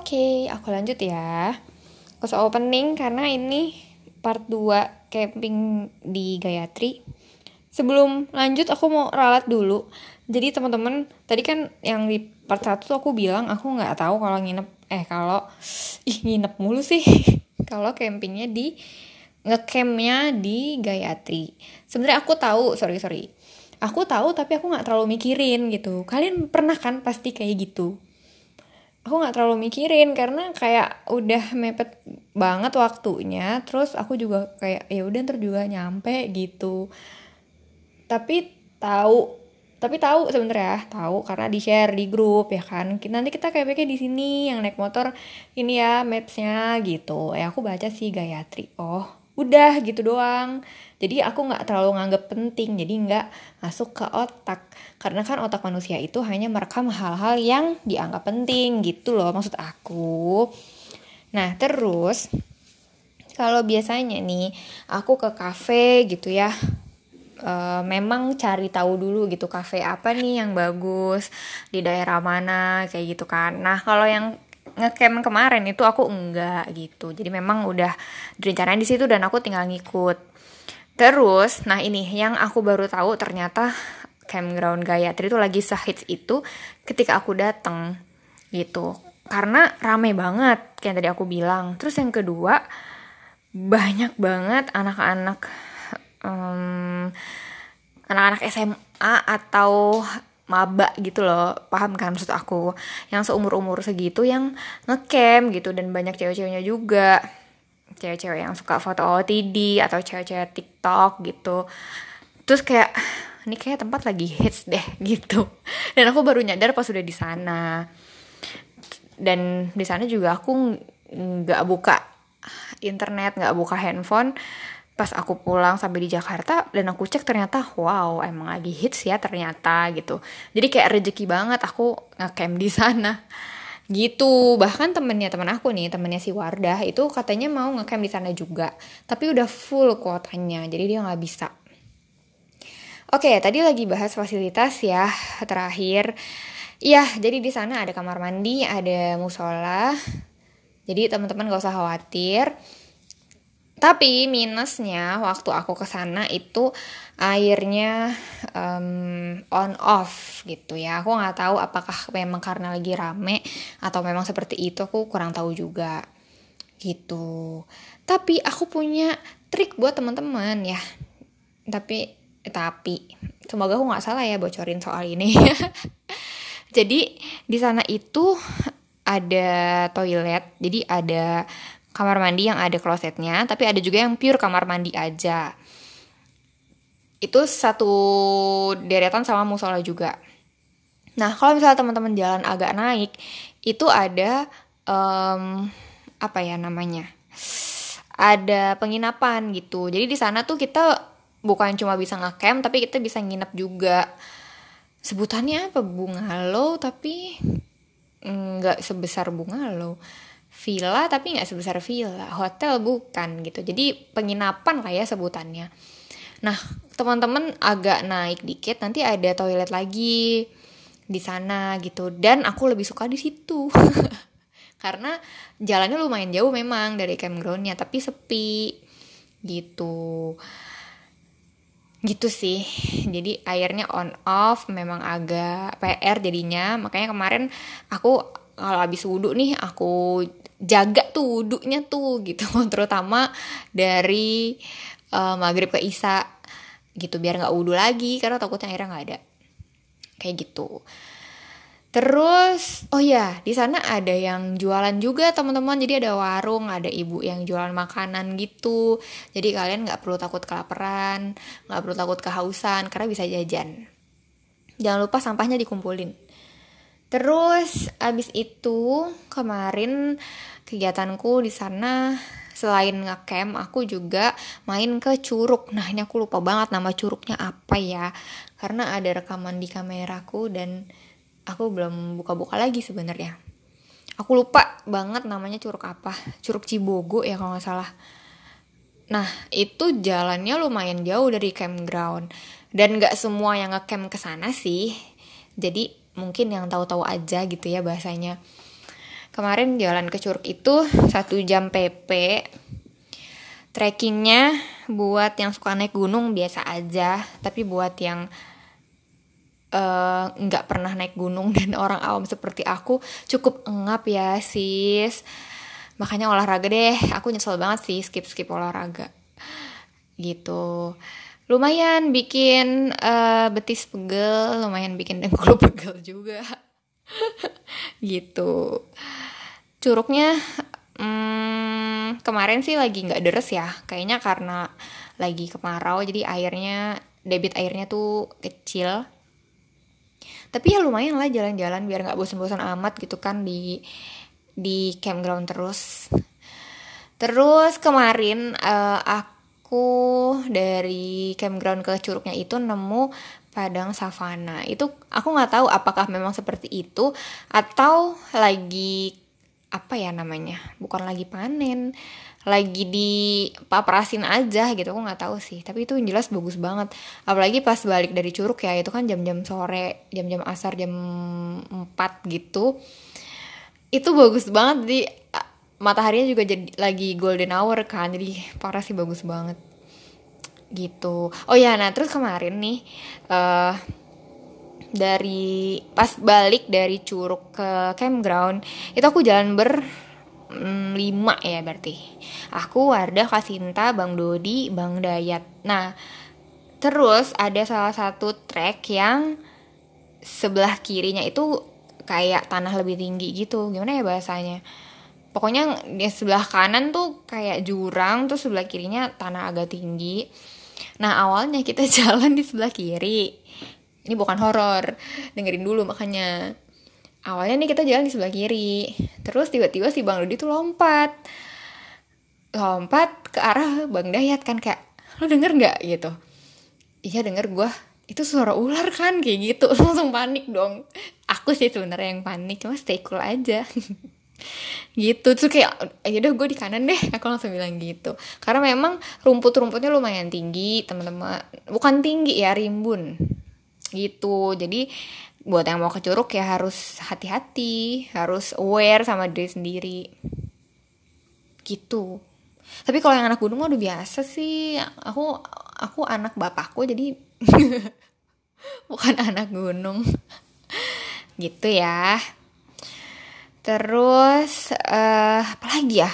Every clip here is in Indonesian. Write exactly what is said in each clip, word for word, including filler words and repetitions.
Oke, aku lanjut ya. Aku opening karena ini part dua camping di Gayatri. Sebelum lanjut aku mau ralat dulu. Jadi teman-teman, tadi kan yang di part satu tuh aku bilang aku nggak tahu kalau nginep eh kalau ih nginep mulu sih. Kalau campingnya di ngecampnya di Gayatri. Sebenarnya aku tahu, sorry sorry. Aku tahu tapi aku nggak terlalu mikirin gitu. Kalian pernah kan pasti kayak gitu. Aku nggak terlalu mikirin karena kayak udah mepet banget waktunya. Terus aku juga kayak ya udah ntar juga nyampe gitu. Tapi tahu, tapi tahu sebenarnya tahu karena di share di grup ya kan. Nanti kita kayak kayak di sini yang naik motor ini ya mapsnya gitu. Ya aku baca sih Gayatri. Oh udah gitu doang. Jadi aku nggak terlalu nganggep penting. Jadi nggak masuk ke otak. Karena kan otak manusia itu hanya merekam hal-hal yang dianggap penting gitu loh maksud aku. Nah terus kalau biasanya nih aku ke kafe gitu ya, e, memang cari tahu dulu gitu kafe apa nih yang bagus di daerah mana kayak gitu kan. Nah kalau yang ngecamp kemarin itu aku enggak gitu. Jadi memang udah direncanain di situ dan aku tinggal ngikut. Terus, nah ini yang aku baru tahu ternyata campground Gayatri itu lagi sehits itu ketika aku datang gitu. Karena rame banget kayak tadi aku bilang. Terus yang kedua, banyak banget anak-anak um, anak-anak S M A atau maba gitu loh, paham kan maksud aku, yang seumur-umur segitu yang ngecamp gitu, dan banyak cewek-ceweknya juga, cewek-cewek yang suka foto O O T D atau cewek-cewek TikTok gitu. Terus kayak ini kayak tempat lagi hits deh gitu, dan aku baru nyadar pas udah di sana. Dan di sana juga aku nggak buka internet, nggak buka handphone pas aku pulang sampai di Jakarta, dan aku cek ternyata wow emang lagi hits ya ternyata gitu. Jadi kayak rezeki banget aku ngecamp di sana gitu. Bahkan temennya teman aku nih, temennya si Wardah itu katanya mau ngecamp di sana juga, tapi udah full kuotanya jadi dia nggak bisa. Oke, tadi lagi bahas fasilitas ya terakhir. Iya, jadi di sana ada kamar mandi, ada musola. Jadi teman-teman gak usah khawatir. Tapi minusnya waktu aku kesana itu airnya um, on off gitu ya. Aku nggak tahu apakah memang karena lagi rame atau memang seperti itu. Aku kurang tahu juga gitu. Tapi aku punya trik buat teman-teman ya. Tapi tapi semoga aku nggak salah ya bocorin soal ini. Jadi di sana itu ada toilet. Jadi ada kamar mandi yang ada klosetnya, tapi ada juga yang pure kamar mandi aja. Itu satu deretan sama musola juga. Nah, kalau misalnya teman-teman jalan agak naik, itu ada um, apa ya namanya? Ada penginapan gitu. Jadi di sana tuh kita bukan cuma bisa ngecamp, tapi kita bisa nginep juga. Sebutannya apa? Bungalow, tapi nggak sebesar bungalow. Villa tapi gak sebesar villa, hotel bukan gitu. Jadi penginapan lah ya sebutannya. Nah, teman-teman agak naik dikit nanti ada toilet lagi di sana gitu. Dan aku lebih suka di situ. Karena jalannya lumayan jauh memang dari campgroundnya, tapi sepi gitu. Gitu sih. Jadi airnya on off memang agak P R jadinya. Makanya kemarin aku kalau habis wudhu nih aku jaga tuh wudhunya tuh gitu, terutama dari uh, maghrib ke isya gitu, biar nggak wudhu lagi karena takutnya airnya nggak ada kayak gitu. Terus oh ya di sana ada yang jualan juga teman-teman, jadi ada warung, ada ibu yang jualan makanan gitu, jadi kalian nggak perlu takut kelaparan, nggak perlu takut kehausan karena bisa jajan. Jangan lupa sampahnya dikumpulin. Terus abis itu kemarin kegiatanku di sana selain ngecamp aku juga main ke curug. Nah ini aku lupa banget nama curugnya apa ya, karena ada rekaman di kameraku dan aku belum buka-buka lagi sebenarnya. Aku lupa banget namanya curug apa, Curug Cibogo ya kalau nggak salah. Nah itu jalannya lumayan jauh dari campground dan nggak semua yang ngecamp kesana sih. Jadi mungkin yang tahu-tahu aja gitu ya bahasanya. Kemarin jalan ke Curug itu satu jam P P. Trekkingnya buat yang suka naik gunung biasa aja, tapi buat yang nggak uh, pernah naik gunung dan orang awam seperti aku cukup engap ya sis. Makanya olahraga deh. Aku nyesel banget sih skip skip olahraga gitu. Lumayan bikin uh, betis pegel, lumayan bikin dengkul pegel juga gitu. Curugnya hmm, kemarin sih lagi nggak deres ya, kayaknya karena lagi kemarau jadi airnya, debit airnya tuh kecil. Tapi ya lumayan lah jalan-jalan biar nggak bosan-bosan amat gitu kan di di campground terus. Terus kemarin uh, aku dari campground ke curugnya itu nemu padang savana. Itu aku nggak tahu apakah memang seperti itu atau lagi apa ya namanya, bukan lagi panen, lagi di paprasin aja gitu, aku nggak tahu sih. Tapi itu jelas bagus banget, apalagi pas balik dari Curug ya, itu kan jam-jam sore, jam-jam asar, jam empat gitu, itu bagus banget. Jadi mataharinya juga jadi lagi golden hour kan, jadi parah sih, bagus banget gitu. Oh ya, nah terus kemarin nih uh, dari pas balik dari Curug ke campground itu aku jalan ber mm, lima ya berarti. Aku, Wardah, Kasinta, Bang Dodi, Bang Dayat. Nah terus ada salah satu trek yang sebelah kirinya itu kayak tanah lebih tinggi gitu, gimana ya bahasanya, pokoknya di sebelah kanan tuh kayak jurang, terus sebelah kirinya tanah agak tinggi. Nah awalnya kita jalan di sebelah kiri. Ini bukan horor, dengerin dulu makanya. Awalnya nih kita jalan di sebelah kiri, terus tiba-tiba si Bang Dodi tuh lompat, lompat ke arah Bang Dayat kan, kayak lo denger nggak gitu? Iya denger gue, itu suara ular kan kayak gitu. Langsung panik dong. Aku sih sebenarnya yang panik, cuma stay cool aja. Gitu. Terus kayak yaudah gue di kanan deh, aku langsung bilang gitu, karena memang rumput-rumputnya lumayan tinggi teman-teman, bukan tinggi ya, rimbun gitu. Jadi buat yang mau ke Curug ya harus hati-hati, harus aware sama diri sendiri gitu. Tapi kalau yang anak gunung udah biasa sih. Aku aku anak bapakku jadi bukan anak gunung gitu ya. Terus uh, apa lagi ya?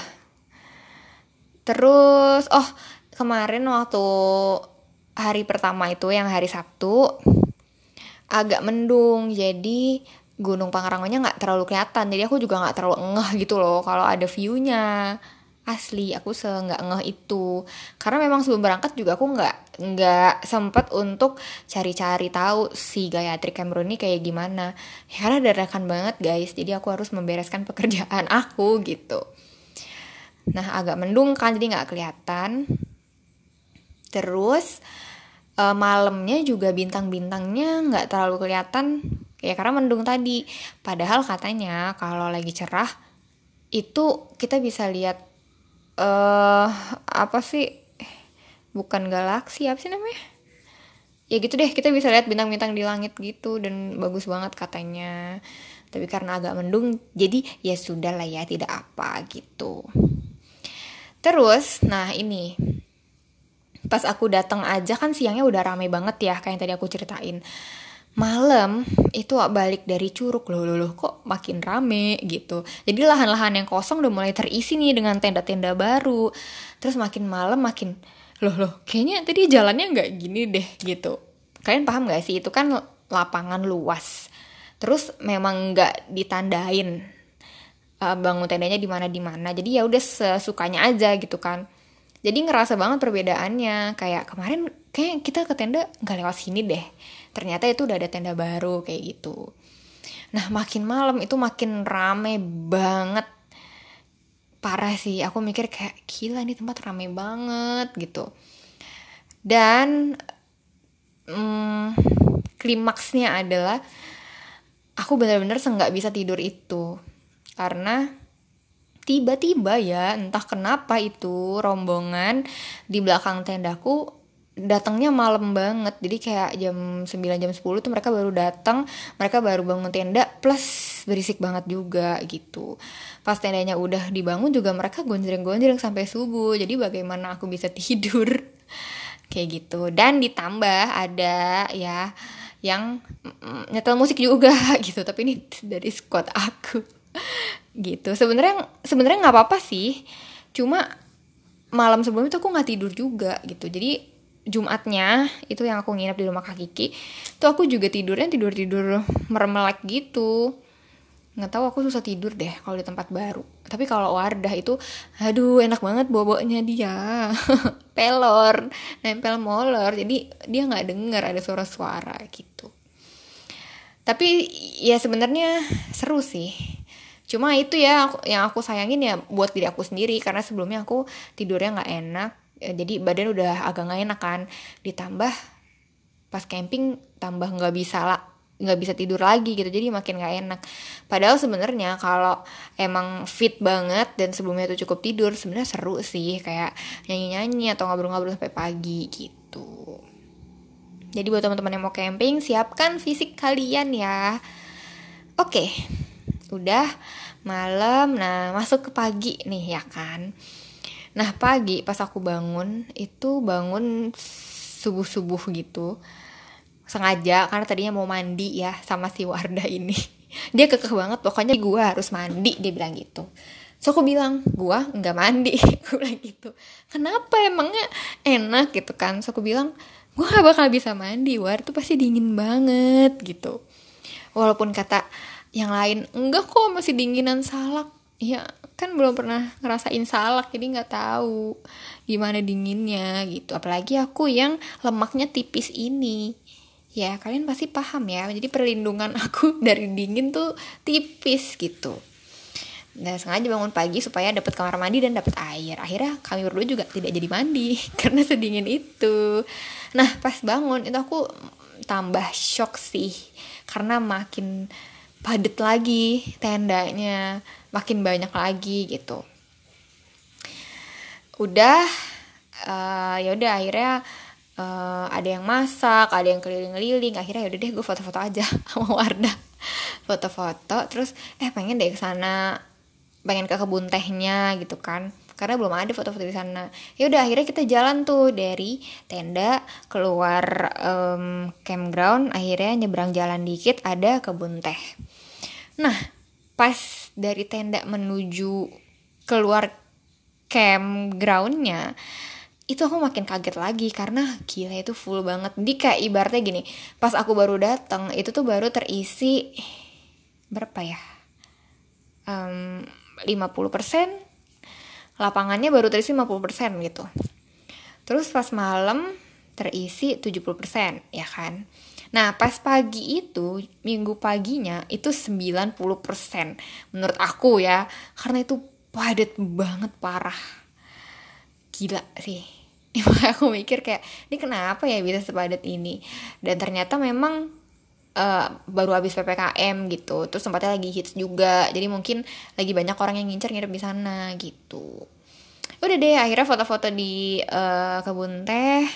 Terus oh kemarin waktu hari pertama itu, yang hari Sabtu, agak mendung, jadi Gunung Pangrangonya nggak terlalu kelihatan. Jadi aku juga nggak terlalu ngeh gitu loh kalau ada view-nya. Asli aku se nggak ngeh itu, karena memang sebelum berangkat juga aku nggak nggak sempat untuk cari-cari tahu si Gayatri Campground ini kayak gimana ya, karena dadakan banget guys. Jadi aku harus membereskan pekerjaan aku gitu. Nah agak mendung kan, jadi nggak kelihatan. Terus uh, malamnya juga bintang-bintangnya nggak terlalu kelihatan ya, karena mendung tadi. Padahal katanya kalau lagi cerah itu kita bisa lihat uh, apa sih, bukan galaksi, apa sih namanya ya gitu deh, kita bisa lihat bintang-bintang di langit gitu, dan bagus banget katanya. Tapi karena agak mendung jadi ya sudah lah ya, tidak apa gitu. Terus nah ini pas aku datang aja kan siangnya udah ramai banget ya, kayak yang tadi aku ceritain. Malam itu balik dari Curug, loh, loh, loh kok makin rame gitu. Jadi lahan-lahan yang kosong udah mulai terisi nih dengan tenda-tenda baru. Terus makin malam makin, loh loh kayaknya tadi jalannya nggak gini deh gitu. Kalian paham nggak sih, itu kan lapangan luas. Terus memang nggak ditandain uh, bangun tendanya di mana di mana. Jadi ya udah sesukanya aja gitu kan. Jadi ngerasa banget perbedaannya. Kayak kemarin kayak kita ke tenda nggak lewat sini deh, ternyata itu udah ada tenda baru kayak gitu. Nah makin malam itu makin rame banget, parah sih. Aku mikir kayak gila nih tempat rame banget gitu. Dan hmm, klimaksnya adalah aku benar-benar nggak bisa tidur itu, karena tiba-tiba ya entah kenapa itu rombongan di belakang tendaku datangnya malam banget, jadi kayak jam sembilan jam sepuluh tuh mereka baru datang, mereka baru bangun tenda, plus berisik banget juga gitu. Pas tendanya udah dibangun juga mereka gonjreng-gonjreng sampai subuh, jadi bagaimana aku bisa tidur kayak gitu. Dan ditambah ada ya yang mm, nyetel musik juga gitu, tapi ini dari squad aku gitu. Sebenarnya sebenarnya nggak apa-apa sih, cuma malam sebelum itu aku nggak tidur juga gitu. Jadi Jumatnya itu yang aku nginep di rumah Kak Kiki tuh aku juga tidurnya tidur tidur merem-melek gitu. Nggak tahu, aku susah tidur deh kalau di tempat baru. Tapi kalau Wardah itu aduh enak banget boboknya dia pelor, nempel molor, jadi dia nggak dengar ada suara-suara gitu. Tapi ya sebenarnya seru sih. Cuma itu ya aku, yang aku sayangin ya buat diri aku sendiri, karena sebelumnya aku tidurnya nggak enak, jadi badan udah agak nggak enak kan, ditambah pas camping tambah nggak bisa lah, nggak bisa tidur lagi gitu, jadi makin nggak enak. Padahal sebenarnya kalau emang fit banget dan sebelumnya itu cukup tidur, sebenarnya seru sih, kayak nyanyi-nyanyi atau ngobrol-ngobrol sampai pagi gitu. Jadi buat teman-teman yang mau camping, siapkan fisik kalian ya. Oke, udah malam, nah masuk ke pagi nih ya kan. Nah pagi pas aku bangun, itu bangun subuh-subuh gitu, sengaja karena tadinya mau mandi ya sama si Wardah ini. Dia kekeh banget, pokoknya gue harus mandi, dia bilang gitu. So aku bilang, gue gak mandi. Aku bilang gitu, kenapa emangnya enak gitu kan. So aku bilang, gue gak bakal bisa mandi, War, itu pasti dingin banget gitu. Walaupun kata yang lain, enggak kok masih dinginan salak. Ya kan belum pernah ngerasain salak, jadi gak tahu gimana dinginnya gitu. Apalagi aku yang lemaknya tipis ini. Ya kalian pasti paham ya, jadi perlindungan aku dari dingin tuh tipis gitu. Nah sengaja bangun pagi supaya dapat kamar mandi dan dapat air. Akhirnya kami berdua juga tidak jadi mandi karena sedingin itu. Nah pas bangun itu aku tambah shock sih, karena makin padat lagi tendanya, makin banyak lagi gitu. Udah uh, ya udah akhirnya uh, ada yang masak, ada yang keliling-keliling. Akhirnya yaudah deh gue foto-foto aja sama Wardah, foto-foto. Terus eh pengen deh kesana, pengen ke kebun tehnya gitu kan, karena belum ada foto-foto di sana. Ya udah akhirnya kita jalan tuh dari tenda keluar um, campground, akhirnya nyebrang jalan dikit ada kebun teh. Nah pas dari tenda menuju keluar campgroundnya itu aku makin kaget lagi, karena gila itu full banget. Jadi kayak ibaratnya gini, pas aku baru datang itu tuh baru terisi berapa ya, um, lima puluh persen, lapangannya baru terisi lima puluh persen gitu. Terus pas malam terisi tujuh puluh persen ya kan. Nah pas pagi itu, minggu paginya itu sembilan puluh persen menurut aku ya, karena itu padat banget parah. Gila sih. Aku mikir kayak ini kenapa ya bisa sepadat ini. Dan ternyata memang Uh, baru habis P P K M gitu, terus tempatnya lagi hits juga, jadi mungkin lagi banyak orang yang ngincer nginep di sana gitu. Udah deh akhirnya foto-foto di uh, kebun teh.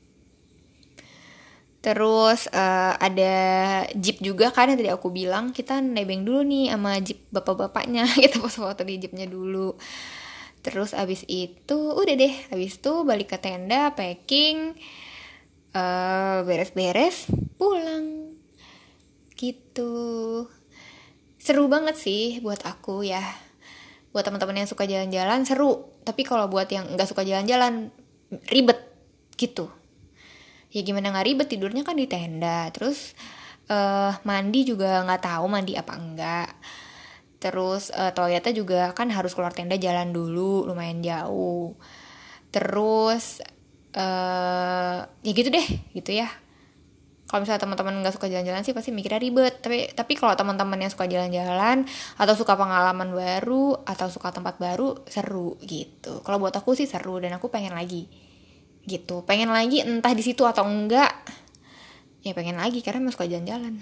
Terus uh, ada jeep juga kan yang tadi aku bilang, kita nebeng dulu nih sama jeep bapak-bapaknya. Kita foto-foto di jeepnya dulu. Terus abis itu udah deh, abis itu balik ke tenda, packing, uh, beres-beres, pulang gitu. Seru banget sih buat aku ya. Buat teman-teman yang suka jalan-jalan seru, tapi kalau buat yang nggak suka jalan-jalan ribet gitu. Ya gimana nggak ribet, tidurnya kan di tenda. Terus uh, mandi juga nggak tahu mandi apa enggak. Terus uh, toiletnya juga kan harus keluar tenda jalan dulu, lumayan jauh. Terus uh, ya gitu deh gitu ya. Kalau misalnya teman-teman nggak suka jalan-jalan sih pasti mikirnya ribet. Tapi tapi kalau teman-teman yang suka jalan-jalan atau suka pengalaman baru atau suka tempat baru, seru gitu. Kalau buat aku sih seru dan aku pengen lagi gitu. Pengen lagi entah di situ atau enggak. Ya pengen lagi karena emang suka jalan-jalan.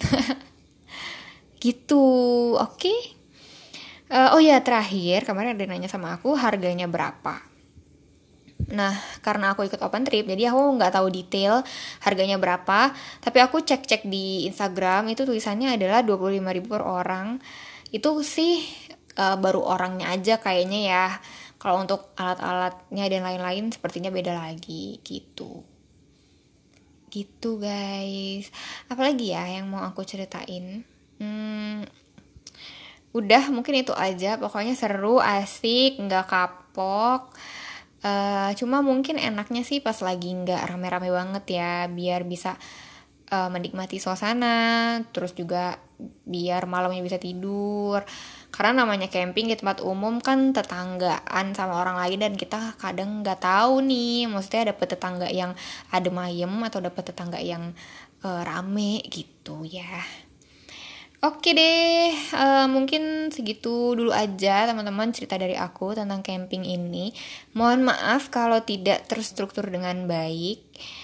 Gitu. Oke. Okay? Uh, oh ya terakhir kemarin ada nanya sama aku harganya berapa. Nah, karena aku ikut open trip, jadi aku nggak tahu detail harganya berapa. Tapi aku cek-cek di Instagram, itu tulisannya adalah dua puluh lima ribu per orang. Itu sih uh, baru orangnya aja kayaknya ya. Kalau untuk alat-alatnya dan lain-lain sepertinya beda lagi gitu. Gitu guys. Apalagi ya yang mau aku ceritain? Hmm, udah mungkin itu aja. Pokoknya seru, asik, nggak kapok. Uh, cuma mungkin enaknya sih pas lagi nggak rame-rame banget ya, biar bisa uh, menikmati suasana, terus juga biar malamnya bisa tidur. Karena namanya camping di tempat umum kan tetanggaan sama orang lain dan kita kadang nggak tahu nih, maksudnya dapet tetangga yang adem ayem atau dapet tetangga yang uh, rame gitu ya. Oke deh, uh, mungkin segitu dulu aja teman-teman cerita dari aku tentang camping ini. Mohon maaf kalau tidak terstruktur dengan baik.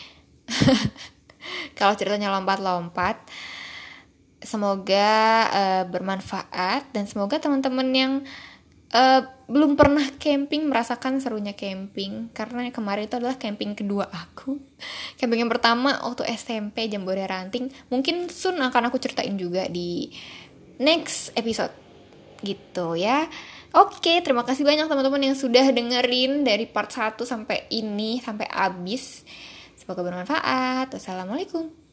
Kalau ceritanya lompat-lompat. Semoga uh, bermanfaat dan semoga teman-teman yang uh, belum pernah camping merasakan serunya camping. Karena kemarin itu adalah camping kedua aku. Camping yang pertama waktu S M P Jambore Ranting. Mungkin soon akan aku ceritain juga di next episode gitu ya. Oke, terima kasih banyak teman-teman yang sudah dengerin dari part satu sampai ini, sampai habis. Semoga bermanfaat. Wassalamualaikum.